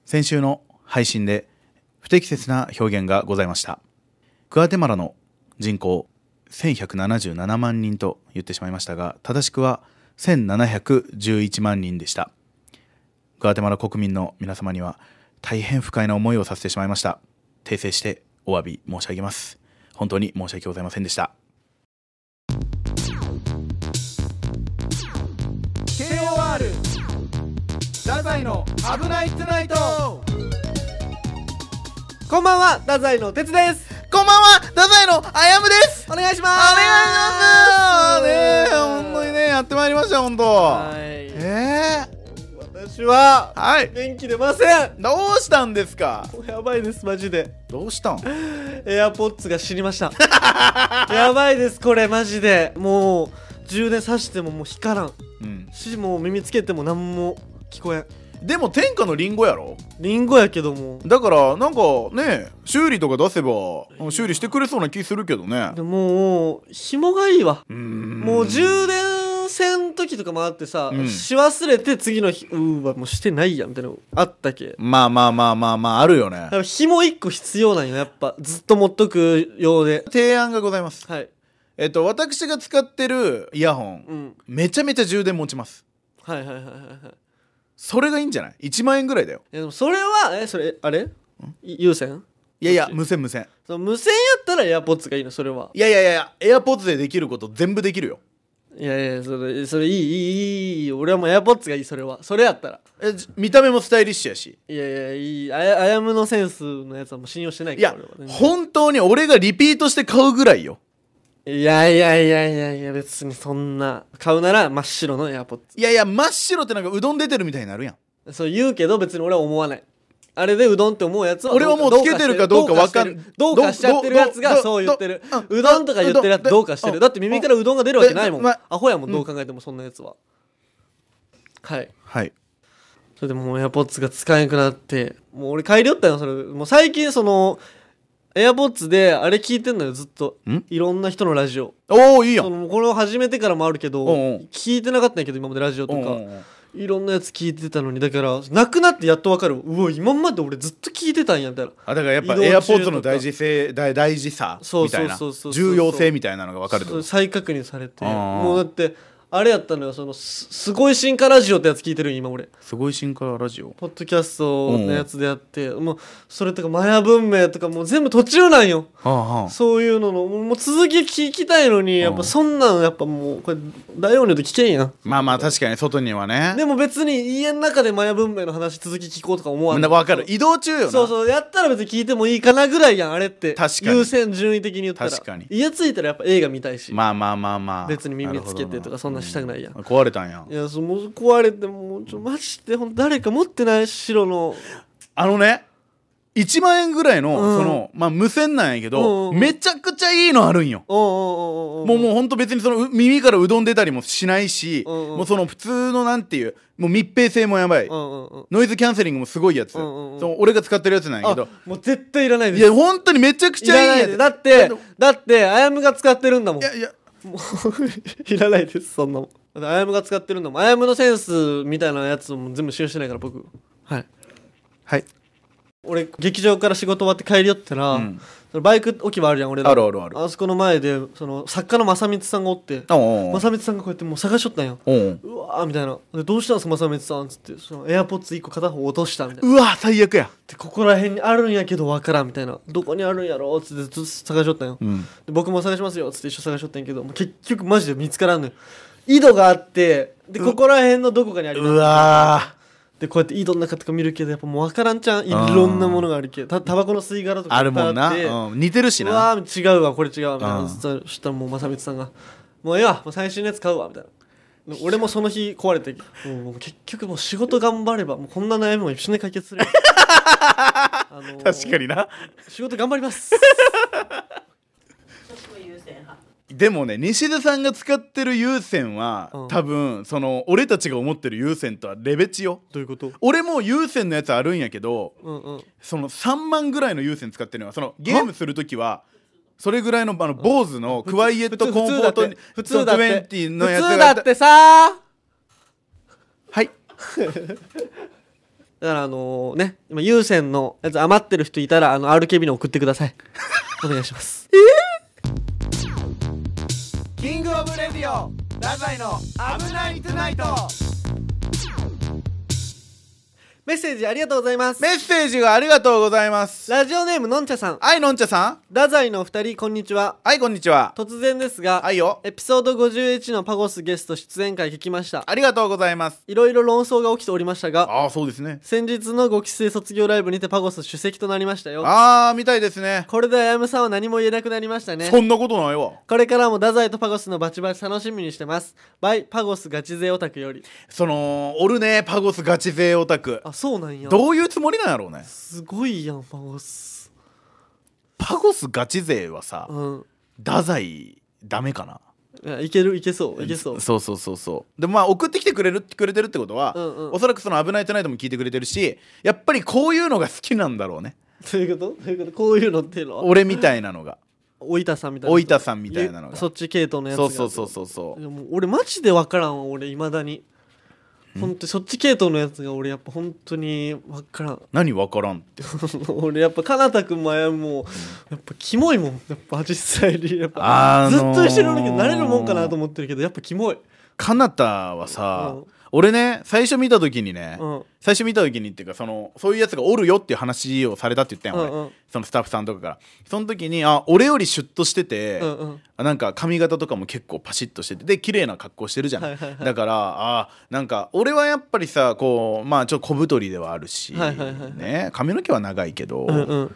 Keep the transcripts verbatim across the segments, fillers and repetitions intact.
先週の配信で不適切な表現がございました。グアテマラの人口せんひゃくななじゅうななまんにんと言ってしまいましたが、正しくはせんななひゃくじゅういちまんにんでした。グアテマラ国民の皆様には大変不快な思いをさせてしまいました。訂正してお詫び申し上げます。本当に申し訳ございませんでした。 ケーオーアール 太宰の危ないトゥナイト。こんばんは、太宰の哲です。 こんばんは、太宰のあやむです。 お願いします。 お願いしますねえ、本当にね、やってまいりました本当。 はい、 えー私ははい元気出ません。 どうしたんですか？ もうやばいです、マジで。 どうしたん？ エアポッツが死にましたやばいです、これマジで。もう充電さしてももう光らん、 うん、 し、もう耳つけても何も聞こえん。 でも天下のリンゴやろ。 リンゴやけども、 だからなんかね、修理とか出せば修理してくれそうな気するけどね。 でももう紐がいいわ。 うーん、 もう充電せん時とかもあってさ、 うん、 し忘れて次の日、うーわもうしてないやみたいなのあったけ。 まあまあまあまあまああるよね。 だから紐いっこ必要なんよ、やっぱずっと持っとくようで。 提案がございます。 はい。 えっと私が使ってるイヤホン、 うん、 めちゃめちゃ充電持ちます。 はいはいはいはいはい。 それがいいんじゃない？いちまんえんぐらいだよ。 いやでもそれはえそれあれ有線？ いやいや無線無線。 その無線やったらエアポッツがいいの、それは。 いやいやいやいや、エアポッツでできること全部できるよ。 いやいや、それそれいいいいいいいい、俺はもうエアポッツがいい、それは。それやったら。 え見た目もスタイリッシュやし。 いやいや、いい、あやあやむのセンスのやつはもう信用してないいやから俺は全然。 本当に俺がリピートして買うぐらいよ。 いやいやいやいやいや、別にそんな買うなら真っ白のエアポッツ。 いやいや、真っ白ってなんかうどん出てるみたいになるやん。 そう言うけど別に俺は思わない。あれでうどんって思うやつは俺はもうつけてるかどうかわかんどうかしちゃってるやつがそう言ってる。うどんとか言ってるやつどうかしてる。だって耳からうどんが出るわけないもん。アホやもん、どう考えてもそんなやつは。はいはい。 それでもうエアポッツが使えなくなって、もう俺帰りよったよそれ。もう最近そのエアポッツであれ聞いてんのよ、ずっと。いろんな人のラジオ。 おお、いいやん。 そのこれを始めてからもあるけど、 おうおう聞いてなかったんやけど今までラジオとか。 おうおういろんなやつ聞いてたのに、だからなくなってやっと分かる。うわ今まで俺ずっと聞いてたんやみたいな。 あ、だからやっぱ移動中エアポッドの大事性大大事さみたいなそうそうそうそう重要性みたいなのが分かるってそうこと。 再確認されて、 あーもうだってあれやったのよ、そのすすごい進化ラジオってやつ聞いてるん今俺。 すごい進化ラジオ。 ポッドキャストのやつでやって、もうそれとかマヤ文明とかもう全部途中なんよ。 はあはあ、 そういうののもう続き聞きたいのに、やっぱそんなのやっぱもうこれ大音量で聞けんやん。 まあまあ確かに外にはね。 でも別に家の中でマヤ文明の話続き聞こうとか思わない。 みんな分かる。移動中よな。 そうそう、やったら別に聞いてもいいかなぐらいやんあれって。 確かに優先順位的に言ったら。 確かに家着いたらやっぱ映画見たいし、 まあまあまあまあ。 別に耳つけてとかそんなしたくないやん。 うん、壊れたんや。 いや、そもう壊れてもうちょマジでほんと誰か持ってない白の。 あのね、いちまんえんぐらいの、 うん、 そのまあ無線なんやけど、 うん、 めちゃくちゃいいのあるんよ。 おうおうおうおう、 もうもうほんと別にその耳からうどん出たりもしないし、 うんうん、 もうその普通のなんていうもう密閉性もやばい、 うんうんうん、 ノイズキャンセリングもすごいやつ、 うんうんうん、 その俺が使ってるやつなんやけど、 もう絶対いらないです。 いや本当にめちゃくちゃいいやつだってだってあやむが使ってるんだもん。 いやいやもういらないですそんなもん。だってあやむが使ってるんだもん。あやむのセンスみたいなやつも全部使用してないから僕。はいはい俺劇場から仕事終わって帰りよったら、うん、そのバイク置き場あるやん俺ら。 あるあるある。 あそこの前でその作家の正光さんがおって、正光さんがこうやってもう探しとったんや。ううわーみたいな。でどうしたんすか正光さんっつって、そのエアポッツいっこ片方落としたみたいな。 うわ最悪や。 でここら辺にあるんやけどわからんみたいな。どこにあるんやろっつってずっと探しとったんよ、うん、で僕も探しますよっつって一緒探しとったんやけど、もう結局マジで見つからんのよ。井戸があってでここら辺のどこかにあります。 うわでこうやって井戸の中とか見るけどやっぱもう分からんちゃん。いろんなものがあるけど、たタバコの吸い殻とかあるもんな、うん、似てるしな。 うわー違うわこれ違うみたいな。そしたらもう正光さんがもうええわもう最新のやつ買うわみたいな。俺もその日壊れてもう結局もう仕事頑張ればもうこんな悩みも一緒に解決するあのー、 確かにな。 仕事頑張りますでもね、西出さんが使ってる有線は、 うん、 多分その俺たちが思ってる有線とはレベチよ。 どういうこと？ 俺も有線のやつあるんやけど、 うんうん、 そのさんまんぐらいの有線使ってるのはそのゲームするときはそれぐらいのあの坊主のクワイエットコンフォートに普通だってにじゅうのやつ普通だってさはいだからあのー、ね今有線のやつ余ってる人いたらあの アールケービー に送ってくださいお願いしますキングオブレディオ太宰の危ないトゥナイト。 メッセージありがとうございます。 メッセージがありがとうございます。 ラジオネームのんちゃさん。 はい、のんちゃさん。 太宰のお二人こんにちは。 はい、こんにちは。 突然ですが、 はいよ。 エピソードごじゅういちのパゴスゲスト出演会聞きました。 ありがとうございます。 いろいろ論争が起きておりましたが、 ああ、そうですね。 先日のご期生卒業ライブにてパゴス出席となりましたよ。 ああ、みたいですね。 これであやむさんは何も言えなくなりましたね。 そんなことないわ。 これからも太宰とパゴスのバチバチ楽しみにしてます。バイパゴスガチ勢オタクより。 そのおるね、パゴスガチ勢オタク。 あ、そうなんや。 どういうつもりなんやろうね。 すごいやんパゴス。 パゴスガチ勢はさ、 うん。 太宰ダメかな。 いやいけるいけそういけそう。 そうそうそうそうでもまあ送ってきてくれるくれてるってことは、 うんうん、 おそらくその危ないトゥナイトも聞いてくれてるし、やっぱりこういうのが好きなんだろうね。 どういうことどういうことこういうのっていうのは俺みたいなのがおいたさんみたいなおいたさんみたいなのがそっち系統のやつがそうそうそうそうそう。 いやもう俺マジで分からんわ俺いまだにほんとそっち系統のやつが俺やっぱ本当に分からん何分からんって俺やっぱかなたくんもあやもうやっぱキモいもんやっぱ実際にやっぱ、 あのー、 ずっと一緒におるけど慣れるもんかなと思ってるけどやっぱキモいかなたはさ、 うん、 俺ね最初見た時にね、 うん、最初見た時にっていうかそのそういうやつがおるよっていう話をされたって言ったんよ、 うんうん、 俺そのスタッフさんとかからその時にあ俺よりシュッとしてて、 うんうん、 あなんか髪型とかも結構パシッとしててで綺麗な格好してるじゃん、 はいはいはい、 だからあなんか俺はやっぱりさこうまあちょっと小太りではあるし、 はいはいはいはい、 ね髪の毛は長いけど、 うんうん、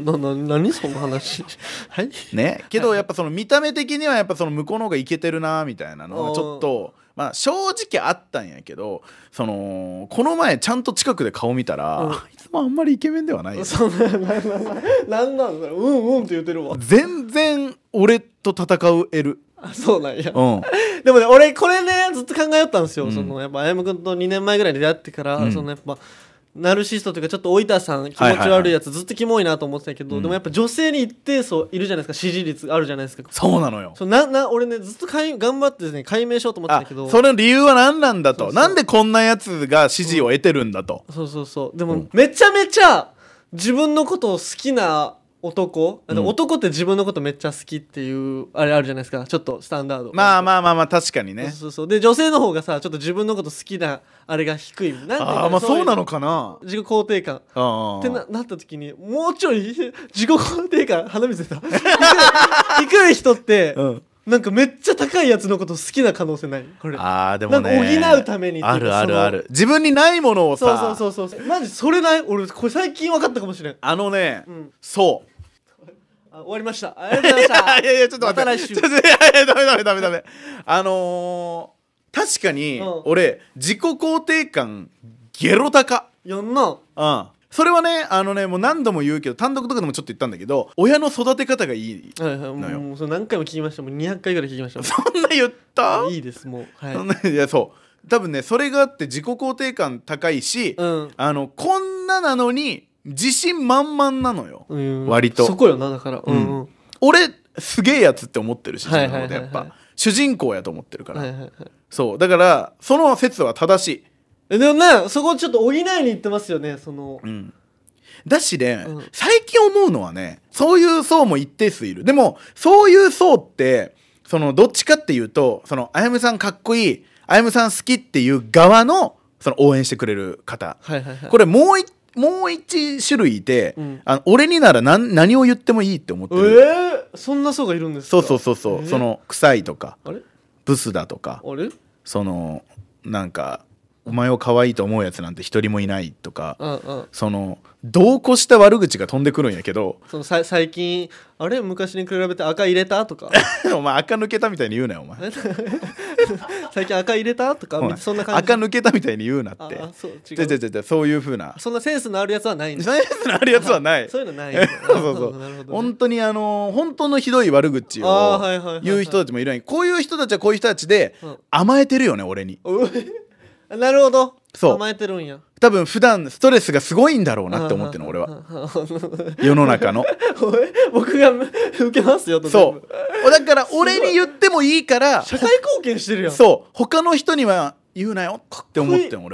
なななな何その話はいねけどやっぱその見た目的にはやっぱその向こうの方がイケてるなみたいなのはちょっとまあ正直あったんやけどそのこの前ちゃんと近くで顔見たら、うん、いつもあんまりイケメンではないよ。 そんななんなんなんだろううんうんって言ってるわ。 全然俺と戦える。 あそうなんや、 うん、 でもね俺これねずっと考えよったんですよ、 うん、 そのやっぱあやむくんとにねんまえぐらいに出会ってから、うん、そのやっぱナルシストというかちょっとおいたさん気持ち悪いやつずっとキモいなと思ってたけど、はいはいはい、でもやっぱ女性に一定層いるじゃないですか支持率あるじゃないですか。 そうなのよ。 そうなな俺ねずっとかい頑張ってね解明しようと思ってたけどその理由は何なんだと。そうそうなんでこんなやつが支持を得てるんだと、 うん、そうそうそうでも、うん、めちゃめちゃ自分のことを好きな男、うん、男って自分のことめっちゃ好きっていうあれあるじゃないですかちょっとスタンダード。 まあまあまあまあ確かにね。 そうそうで女性の方がさちょっと自分のこと好きなあれが低いなんていうああまあそうなのかな自己肯定感ってななった時にもうちょい自己肯定感鼻水出た低い人って、うんなんかめっちゃ高いやつのこと好きな可能性ないこれ。 あーでもねなんか補うためにあるあるある自分にないものをさそうそうそうそうマジそれない俺これ最近分かったかもしれんあのね、うん、そうあ終わりましたありがとうございましたいやいやちょっと待ってまた来週いやいやダメダメダメダメあのー、確かに、うん、俺自己肯定感ゲロ高やんなうんそれはねあのねもう何度も言うけど単独とかでもちょっと言ったんだけど親の育て方がいいのよ、はいはい、 もうそれ何回も聞きましたもうにひゃっかいぐらい聞きましたそんな言ったいいですもう、はい、 そんないやそう多分ねそれがあって自己肯定感高いし、うん、あのこんななのに自信満々なのよ、うん、割とそこよなだから、うんうん、 俺すげえやつって思ってるし自分のことやっぱ主人公やと思ってるから、はいはいはい、そうだからその説は正しい。 えでもねそこちょっと補いに行ってますよねその、 うん、だしね、うん、最近思うのはねそういう層も一定数いる。でもそういう層ってそのどっちかっていうとそのあやむさんかっこいいあやむさん好きっていう側のその応援してくれる方、はいはいはい、これもう一もう一種類いて、うん、あの俺になら 何, 何を言ってもいいって思ってる。 えー、そんな層がいるんですか。 そうそうそうそう、えー、その臭いとかあれブスだとかあれそのなんかお前を可愛いと思うやつなんて一人もいないとか、うんうん、その度を越した悪口が飛んでくるんやけどそのさ最近あれ昔に比べて赤入れたとかお前赤抜けたみたいに言うなよお前最近赤入れたとかそんな感じ赤抜けたみたいに言うなってああそう違う違う違う違うそういう風なそんなセンスのあるやつはないんだ。 センスのあるやつはないそういうのないそうそうそうなるほど、ね、本当にあのー、本当のひどい悪口を言う人たちもいるんや。こういう人たちはこういう人たちで甘えてるよね俺になるほどそう甘えてるんや。 多分普段ストレスがすごいんだろうなって思ってるの俺は世の中の僕が受けますよと。 そうだから俺に言ってもいいから社会貢献してるやん。 そう他の人には言うなよって思ってる俺は。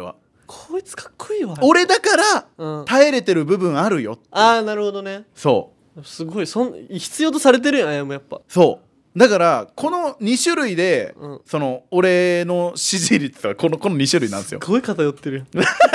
こいつかっこいいわ。 俺だからうん、 耐えれてる部分あるよって。 ああなるほどね。 そうすごいそん必要とされてるやんあやむやっぱ。 そうだからこのに種類で、 うん、 その俺の支持率はこのこのに種類なんですよ。 すごい偏ってるやん。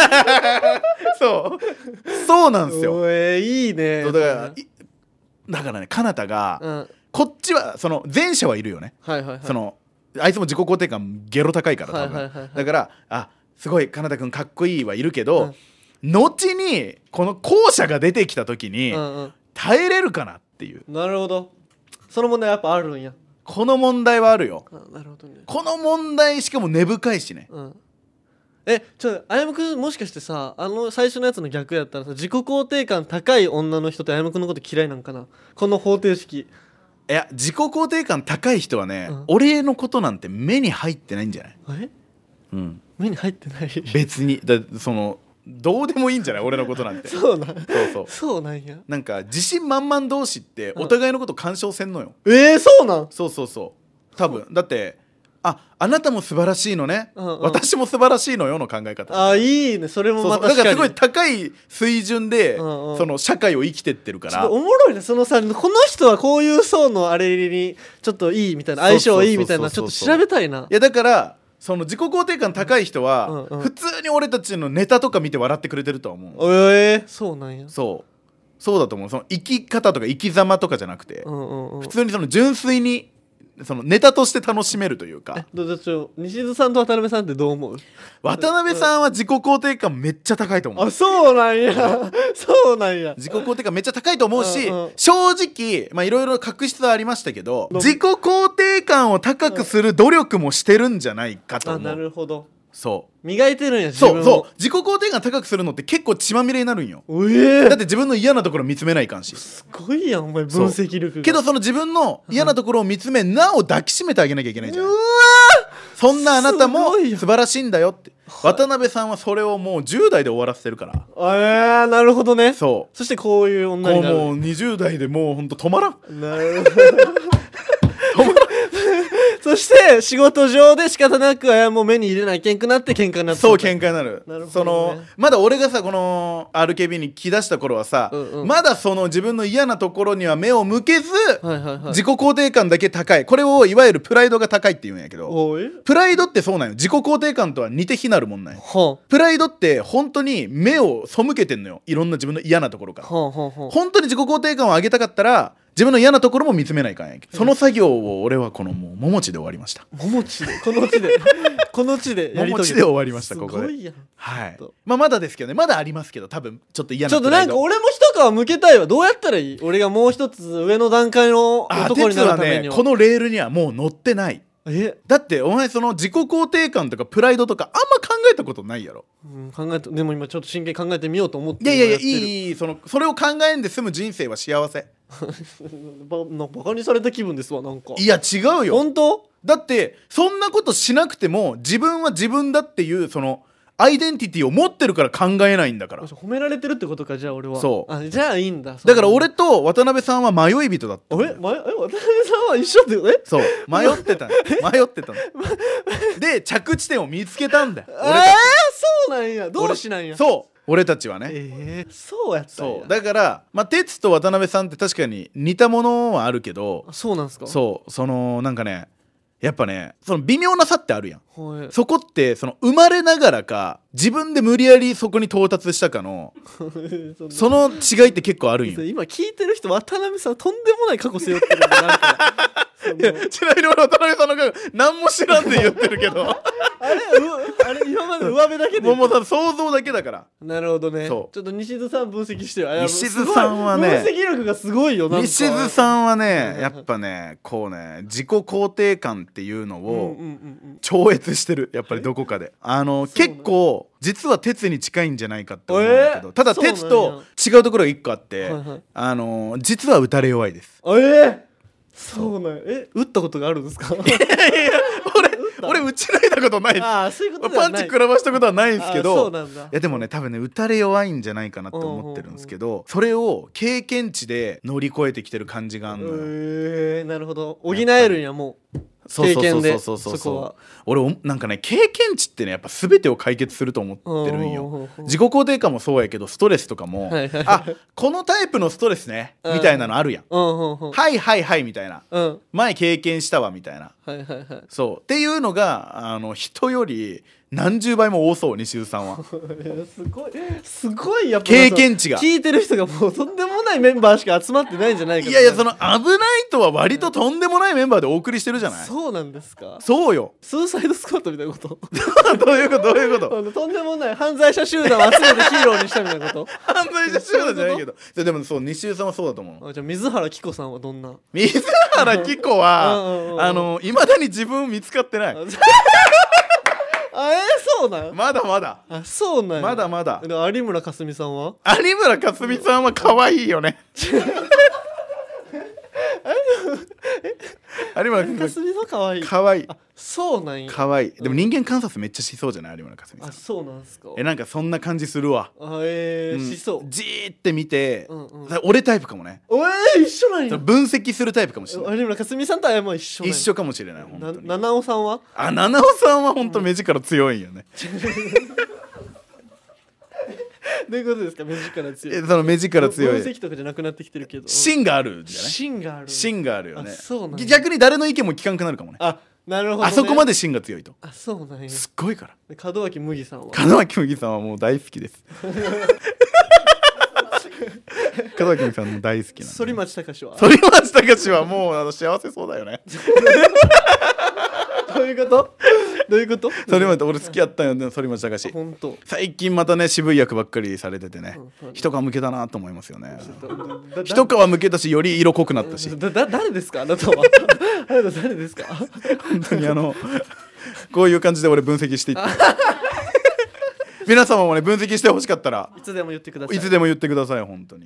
そうそうなんですよ。 おえいいね。 そうだからいだからねかなたが、 うん、 こっちはその前者はいるよね、 はいはいはい。 そのあいつも自己肯定感ゲロ高いから多分、 はいはいはいはいだからあすごいかなたくんかっこいいはいるけど、うん、後にこの後者が出てきた時に、うんうん、耐えれるかなっていう。 なるほど。その問題やっぱあるんや。 この問題はあるよ。 あなるほどね。 この問題しかも根深いしね、 うん、えちょあやむくんもしかしてさあの最初のやつの逆やったらさ自己肯定感高い女の人ってあやむくんのこと嫌いなんかなこの方程式。 いや自己肯定感高い人はね、うん、俺のことなんて目に入ってないんじゃない？ え、 うん、 目に入ってない別にだそのどうでもいいんじゃない俺のことなんて。 そうなんそうそうそうなんや。 なんか自信満々同士ってお互いのこと干渉せんのよ、 うん、えー、そうなん。 そうそうそう多分だってああなたも素晴らしいのね、うんうん、私も素晴らしいのよの考え方。 あいいねそれもまたそうそうだからすごい高い水準で、 うんうん、 その社会を生きてってるから。ちょっとおもろいねそのさこの人はこういう層のあれにちょっといいみたいな相性いいみたいなちょっと調べたいな。 いやだからその自己肯定感高い人は、うんうん、普通に俺たちのネタとか見て笑ってくれてるとは思う。 えー、そうなんや。 そうそうだと思う。その生き方とか生き様とかじゃなくて、うんうんうん、普通にその純粋にそのネタとして楽しめるというか。 えどうちょ西津さんと渡辺さんってどう思う？ 渡辺さんは自己肯定感めっちゃ高いと思う。 あそうなんやそうなんや。 自己肯定感めっちゃ高いと思うし、うんうん、正直まあいろいろ確執はありましたけど自己肯定感を高くする努力もしてるんじゃないかと思う。 あなるほど。 そう磨いてるんや自分を。 そうそう自己肯定感高くするのって結構血まみれになるんよ、 えー、 だって自分の嫌なところ見つめないかんし。 すごいやんお前分析力が。 けどその自分の嫌なところを見つめなお抱きしめてあげなきゃいけないじゃん。うわそんなあなたも素晴らしいんだよって。渡辺さんはそれをもうじゅう代で終わらせてるから。 えー、なるほどね。 そうそしてこういう女になる。 もうにじゅう代でもうほんと止まらん。 なるほど止まらんそして仕事上で仕方なくあやもう目に入れないけんくなって喧嘩になって。 そう喧嘩になる。 なるほどね。 そのまだ俺がさこの アールケービー に来だした頃はさ、うんうん、まだその自分の嫌なところには目を向けず、はいはいはい、自己肯定感だけ高い。これをいわゆるプライドが高いって言うんやけど、プライドってそうなんよ。自己肯定感とは似て非なるもんなんよ。はあ、プライドって本当に目を背けてんのよ。いろんな自分の嫌なところから、はあはあ、本当に自己肯定感を上げたかったら自分の嫌なところも見つめないかんやんけ。その作業を俺はこのもう桃地で終わりました。 桃地でこの地でこの地でやり遂げ桃地で終わりましたここで。 すごいやん。 はい。まあまだですけどねまだありますけど多分ちょっと嫌なちょっとなんか俺も一皮向けたいわ。どうやったらいい？俺がもう一つ上の段階の男になるためには。 ね、このレールにはもう乗ってない。えだってお前その自己肯定感とかプライドとかあんま考えたことないやろ。 うん、考えた。でも今ちょっと真剣に考えてみようと思って。 いやいやいやいいいいそのそれを考えんで済む人生は幸せ。 バ, バカにされた気分ですわなんか。 いや違うよ。 本当？ だってそんなことしなくても自分は自分だっていうそのアイデンティティを持ってるから考えないんだから。 褒められてるってことか。じゃあ俺はそうあじゃあいいんだ。 だから俺と渡辺さんは迷い人だった。 え、ま、え渡辺さんは一緒ってえそう迷ってた迷ってたので着地点を見つけたんだよ。 えー、そうなんや。同志なんや。 そう俺たちはね、 えー、そうやったんや。 そうだからまあ哲と渡辺さんって確かに似たものはあるけど。 そうなんすか。 そうそのなんかねやっぱねその微妙な差ってあるやん。そこってその生まれながらか自分で無理やりそこに到達したかのその違いって結構あるんよ。 今聞いてる人渡辺さんとんでもない過去背負ってるんだなんかいやちなみに俺渡辺さんの過去何も知らんで言ってるけどあれあれ今まで上辺だけでもうもう想像だけだから。 なるほどね。 そうちょっと西津さん分析してよ。 西津さんはね分析力がすごいよ。なんか西津さんはねやっぱねこうね自己肯定感っていうのを超越してるやっぱりどこかで。あの結構実は鉄に近いんじゃないかって思うんだけど、えー、ただ鉄と違うところが一個あって、はいはい、あの実は打たれ弱いです。 えー、そうなんや。え打ったことがあるんですか？いやいやいや俺打ち抜いたことないです。 あそういうことではない。 パンチ食らわしたことはないんですけど。 そうなんだ。 いやでもね多分ね打たれ弱いんじゃないかなって思ってるんですけど、うんうんうん、それを経験値で乗り越えてきてる感じがあるのよ。 えー、なるほど。補えるんやもう。 経験でそうそうそうそうそこは俺おなんかね経験値ってねやっぱ全てを解決すると思ってるんよ。自己肯定感もそうやけどストレスとかも、 はいはいあこのタイプのストレスねうんみたいなのあるやん、 うんうんうんはいはいはいみたいな、 うん前経験したわみたいな、 はいはいはいそうっていうのがあの人より何十倍も多そう西津さんは。 いやすごいすごいやっぱ経験値が聞いてる人がもうとんでもないメンバーしか集まってないんじゃないかいやいやその危ないとは割ととんでもないメンバーでお送りしてるじゃない。 そうなんですか。 そうよスーサイドスクワットみたいなことどういうことどういうことあのとんでもない犯罪者集団を集めてヒーローにしたみたいなこと犯罪者集団じゃないけどででもそう西津さんはそうだと思う。 あじゃあ水原希子さんはどんな水原希子うんうんうんはあのいまだに自分見つかってない。 あえー、そうなんまだまだあそうなんやまだまだ。 で有村架純さんは有村架純さんは可愛いよね。有村架純架純さんかわいい可愛いあそうなんや可愛いでも人間観察めっちゃしそうじゃない有村架純さん。 あそうなんすかえなんかそんな感じするわ。 あえーうんしそうじーって見て、 うんうん俺タイプかもね。 おえー、一緒なんや分析するタイプかもしれない。 有村架純さんとあやも一緒なんや一緒かもしれない本当に。 な七尾さんはあ七尾さんは本当目力強いんよね。 どういうことですか目力強いえその目力強い分析とかじゃなくなってきてるけど芯があるんじゃない。 芯がある芯があるよね。 あそうなんや逆に誰の意見も聞かんくなるかもね。 あなるほど、ね、 あそこまで芯が強いとあそうなんやすっごいから。 門脇麦さんは門脇麦さんはもう大好きです門脇麦さんも大好きなんで。 反町隆史は反町隆史はもうあの幸せそうだよね。 どういうことどういうこと反町俺好きやったんよね反町隆史。 本当最近またね渋い役ばっかりされててねうん一皮むけたなと思いますよね。 だ一皮むけたしより色濃くなったしだだ誰ですかあなたはあなた誰ですか本当にあのこういう感じで俺分析していって皆様もね分析してほしかったらいつでも言ってくださいいつでも言ってください本当に。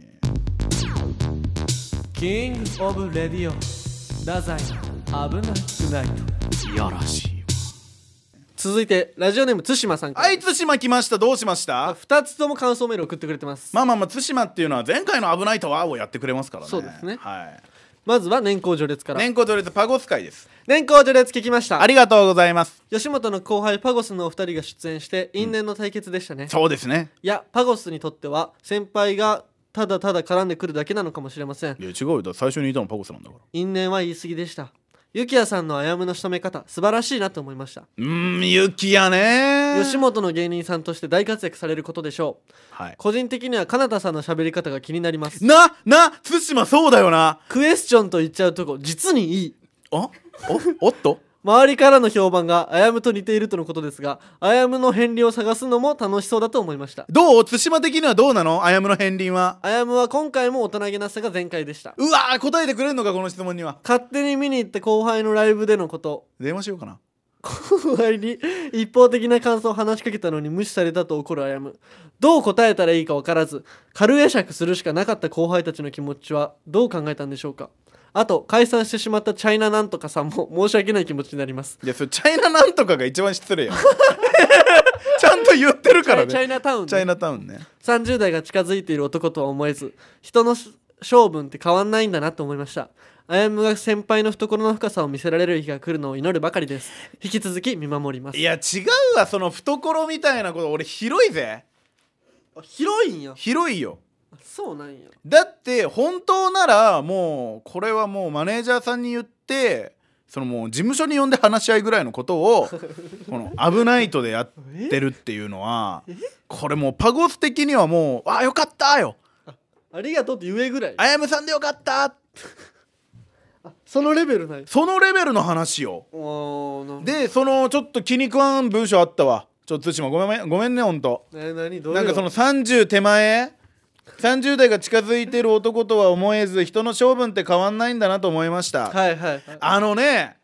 キングオブレディオ太宰危なくないといやらしい。 続いてラジオネーム対馬さんからあいつ島来ました。どうしましたふたつとも感想メール送ってくれてますまあまあまあ対馬っていうのは前回の危ないとはをやってくれますからね。 そうですねはいまずは年功序列から年功序列パゴス会です。 年功序列聞きましたありがとうございます。 吉本の後輩パゴスのお二人が出演して因縁の対決でしたね、 そうですね。 いやパゴスにとっては先輩がただただ絡んでくるだけなのかもしれません。 いや違うよだ最初に言ったのパゴスなんだから。 因縁は言い過ぎでした。ゆきやさんのあやむの仕留め方素晴らしいなと思いました。 うーんゆきやね吉本の芸人さんとして大活躍されることでしょう。 はい個人的にはかなたさんの喋り方が気になります。 なな対馬そうだよな。 クエスチョンと言っちゃうとこ実にいい。 おおおっと周りからの評判があやむと似ているとのことですが、あやむの片鱗を探すのも楽しそうだと思いました。 どう対馬的にはどうなのあやむの片鱗は。 あやむは今回も大人げなさが全開でした。 うわー答えてくれんのかこの質問には。 勝手に見に行った後輩のライブでのこと、 電話しようかな。 後輩に一方的な感想を話しかけたのに無視されたと怒るあやむ。どう答えたらいいか分からず軽会釈するしかなかった後輩たちの気持ちはどう考えたんでしょうか。あと解散してしまったチャイナなんとかさんも申し訳ない気持ちになります。 いやそれチャイナなんとかが一番失礼やんちゃんと言ってるからね。 チャイナタウン、ね、 チャイナタウンね。 さんじゅう代が近づいている男とは思えず人の性分って変わんないんだなと思いました。あやむが先輩の懐の深さを見せられる日が来るのを祈るばかりです。引き続き見守ります。 いや違うわその懐みたいなこと俺広いぜ。 広いんや。 広いよ。 そうなんや。 だって本当ならもうこれはもうマネージャーさんに言ってそのもう事務所に呼んで話し合いぐらいのことをこの「危ないと」でやってるっていうのはこれもうパゴス的にはもう「あよかったよありがとうって言えぐらい。 あやむさんでよかった」 あそのレベルない。 そのレベルの話よ。 おでそのちょっと気に食わん文章あったわ。ちょっと対馬ごめんごめんねほんと。 え何どうなんかそのさんじゅう手前さんじゅう代が近づいてる男とは思えず人の性分って変わんないんだなと思いました。 はいはいはい。 あのね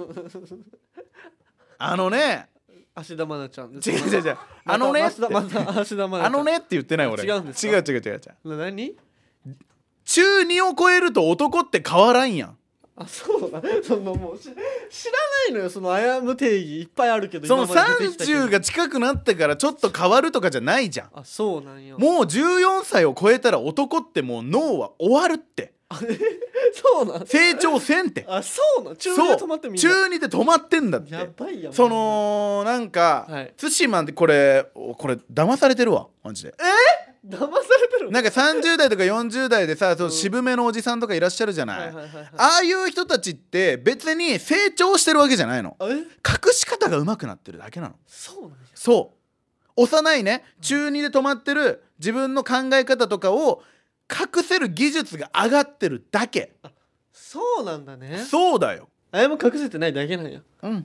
あのね芦田愛菜ちゃんです。 違う違う違うあのねまたまたまた芦田愛菜ちゃん。 あのねって言ってない俺。 違うんですか。 違う違う違う違う。 な何中にを超えると男って変わらんやん。 あそうだそのもうし知らないのよそのあやむ定義いっぱいあるけどその今まで出てきたけどさんじゅうが近くなってからちょっと変わるとかじゃないじゃん。 あそうなんや。 もうじゅうよんさいを超えたら男ってもう脳は終わるって。 あれそうなん成長せんって。 あそうなん中にで止まってみんな中にで止まってんだって。 やばいやんそのなんか、 はい、 対馬でこれこれ騙されてるわマジで。 えー、騙されてる。 なんかさんじゅう代とかよんじゅう代でさ、その渋めのおじさんとかいらっしゃるじゃない、ああいう人たちって別に成長してるわけじゃないの。隠し方が上手くなってるだけなの。 そうなんや。 そう幼いね中にで止まってる自分の考え方とかを隠せる技術が上がってるだけ。 あそうなんだね。 そうだよ。 あやも隠せてないだけなんや。 うん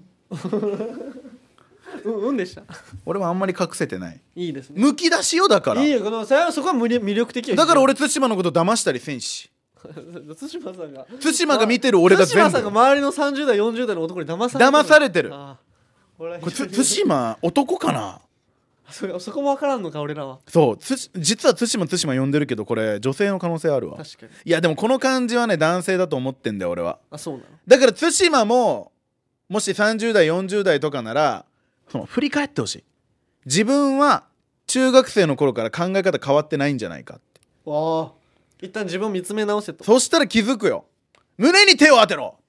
うんうんでした。 俺もあんまり隠せてない。 いいですね。 むき出しよだから。 いいよこのそこは魅力的よ。 だから俺対馬のこと騙したりせんし対馬さんが対馬が見てる俺が全部対馬さんが周りのさんじゅう代よんじゅう代の男に騙されてる。 騙されてる。 あこれこれ対馬男かな。 そ, そこも分からんのか俺らは。 そう実は対馬対馬呼んでるけどこれ女性の可能性あるわ。 確かに。 いやでもこの感じはね男性だと思ってんだよ俺は。 あそうなの。 だから対馬ももしさんじゅう代よんじゅう代とかならその振り返ってほしい。自分は中学生の頃から考え方変わってないんじゃないかって。 わあ一旦自分を見つめ直せと。 そしたら気づくよ。胸に手を当てろ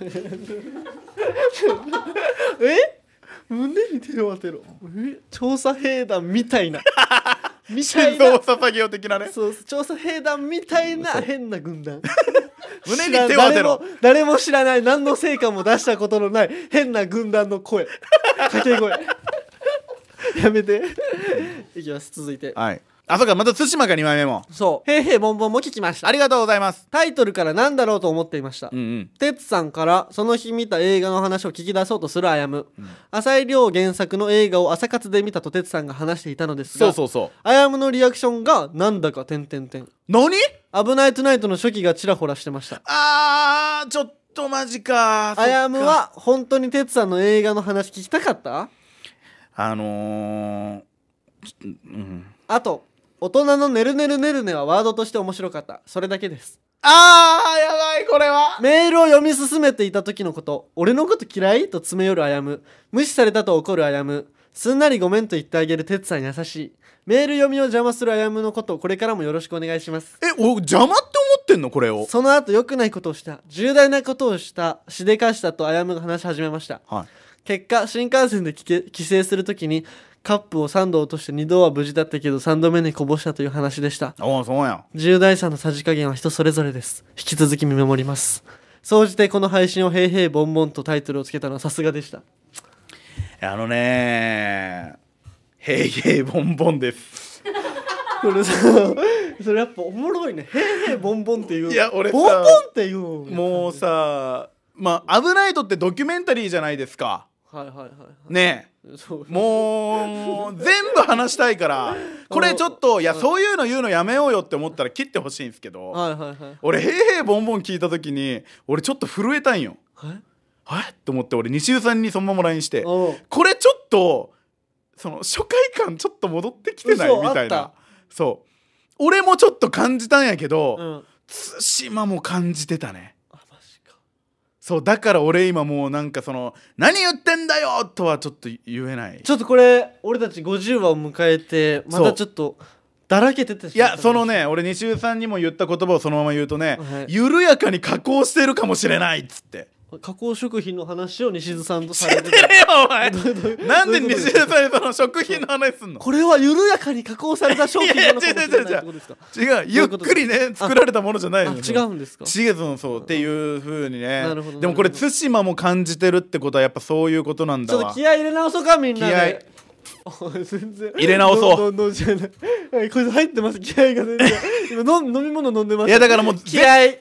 え胸に手を当てろ。え調査兵団みたいなみたいな心臓を捧げよう的なね。 そう調査兵団みたいな変な軍団胸に手を当てろ。 誰も誰も知らない何の成果も出したことのない変な軍団の声掛け声やめていきます。続いてはいあそうかまた対馬がにまいめもそうへいへいボンボンも聞きました。 ありがとうございます。 タイトルから何だろうと思っていました。 うんうんてつさんからその日見た映画の話を聞き出そうとするあやむ、うん、浅井亮原作の映画を朝活で見たとてつさんが話していたのですが、 そうそうそうあやむのリアクションがなんだか点々点。 何危ないトゥナイトの初期がちらほらしてました。 あーちょっとマジか。 あやむは本当にてつさんの映画の話聞きたかった？ あのー、うんあと大人のねるねるねるねはワードとして面白かった。それだけです。 あーやばいこれは。 メールを読み進めていた時のこと。俺のこと嫌いと詰め寄るあやむ。無視されたと怒るあやむ。すんなりごめんと言ってあげるてつさん優しい。メール読みを邪魔するあやむのことこれからもよろしくお願いします。 えお邪魔って思ってんのこれを。 その後良くないことをした重大なことをしたしでかしたとあやむが話し始めました、 はい、 結果新幹線で帰省するときにカップをさんど落としてにどは無事だったけどさんどめにこぼしたという話でした。 おそうや。 重大さのさじ加減は人それぞれです。引き続き見守ります。総じてこの配信をへいへいボンボンとタイトルをつけたのはさすがでした。 あのねーへいへいボンボンですこれさそれやっぱおもろいね。へいへいボンボンっていう。 いや俺さボンボンっていうもうさまあ危ないとってドキュメンタリーじゃないですか。 はいはいはい、はい、 ねえもう全部話したいからこれちょっといやそういうの言うのやめようよって思ったら切ってほしいんですけど、 はいはいはい、 俺へいへいボンボン聞いた時に俺ちょっと震えたんよ。 はいはいと思って俺西尾さんにそのまま ライン してこれちょっとその初回感ちょっと戻ってきてないみたいな。そう俺もちょっと感じたんやけど、うん、対馬も感じてたね。 あマジか。 そうだから俺今もうなんかその何言ってんだよとはちょっと言えない。 ちょっとこれ俺たちごじゅうわを迎えてまたちょっとだらけてていやそのね俺西尾さんにも言った言葉をそのまま言うとね、はい、緩やかに加工してるかもしれないっつって加工食品の話を西津さんとされててるよお前なんで西津さんにその食品の話すんの。 これは緩やかに加工された商品なのかもしれないってことですか。 違うゆっくりね作られたものじゃないの。 違うんですか。 違うそうそうっていう風にね。 なるほど。 でもこれ対馬も感じてるってことはやっぱそういうことなんだわ。 ちょっと気合い入れ直そうかみんなで。全然入れ直そう。 どんどんじゃないこれ入ってます気合が全然今飲み物飲んでます。 いやだからもう気合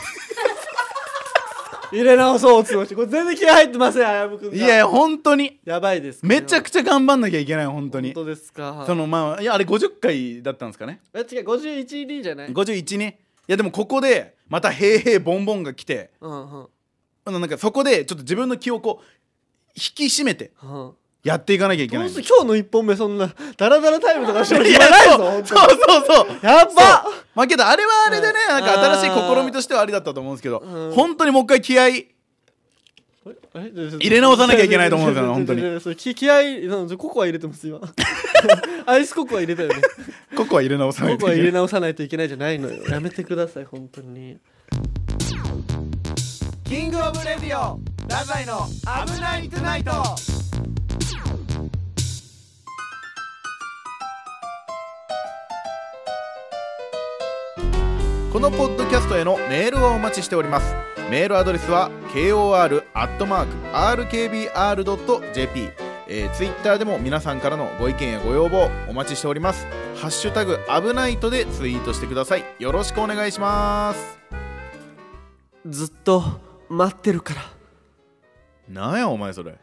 入れ直そうっつってました。これ全然気合入ってませんあやむくんが。 いやいや本当にやばいです。 めちゃくちゃ頑張んなきゃいけない本当に。 本当ですか。 そのまあいやあれごじゅっかいだったんですかね。 え違うごじゅういちにじゃない。 ごじゅういちね。いやでもここでまたへいへいボンボンが来て、うんうん、なんかそこでちょっと自分の気をこう引き締めて。うんやっていかなきゃいけない。 今日のいっぽんめそんなダラダラタイムとかしても言わないぞ。 そうそうそうやっばまあけどあれはあれでね、うん、なんか新しい試みとしてはありだったと思うんですけど、うん、本当にもう一回気合い入れ直さなきゃいけないと思うんですよ本当に。 気合いココア入れてます今アイスココア入れたよね。 ココア入れ直さないといけない。 ココア入れ直さないといけないじゃないのよ。やめてください本当に。 キングオブレディオ太宰の危ないトゥナイト。このポッドキャストへのメールをお待ちしております。メールアドレスは ケーオーアール アットマーク アールケービーアール ドット ジェーピー、えー、ツイッターでも皆さんからのご意見やご要望お待ちしております。ハッシュタグ危ないとでツイートしてください。よろしくお願いします。 ずっと待ってるから。 なんやお前それ。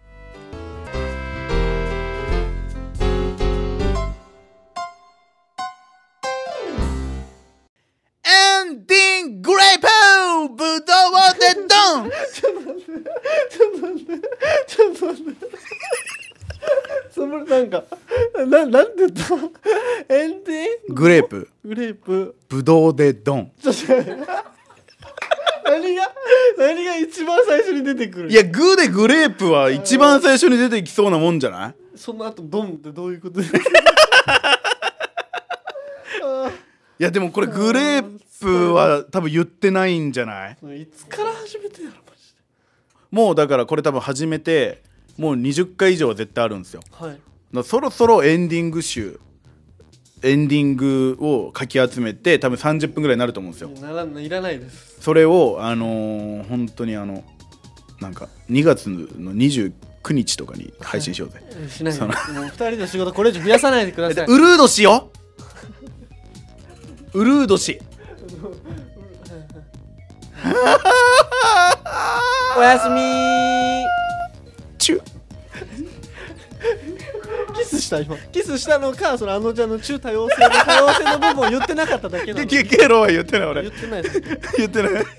エンディンググレープブドウでドン。 ちょっと待ってちょっと待ってちょっと待ってそのなんかななんて言ったエンディンググレープグレープブドウでドン。 ちょっと待って何が何が一番最初に出てくる。 いやグでグレープは一番最初に出てきそうなもんじゃない。 その後ドンってどういうことですかいやでもこれグレープは多分言ってないんじゃない。 いつから始めてやろマジで。 もうだからこれ多分始めてもうにじゅっかい以上は絶対あるんですよ。 はい。だからそろそろエンディング集エンディングをかき集めて多分さんじゅっぷんぐらいになると思うんですよ。 ならいらないです。 それをあのー、本当にあのなんかにがつのにじゅうくにちとかに配信しようぜ、 はい、しないで。 そのもうふたりの仕事これ以上増やさないでください。 ウルードしよウルードしおやすみー。 チュキスした今キスしたのか、そのあのちゃんの中多様性の多様性の部分を言ってなかっただけなの。 ゲゲロは言ってない俺。 言ってないです。 言ってない。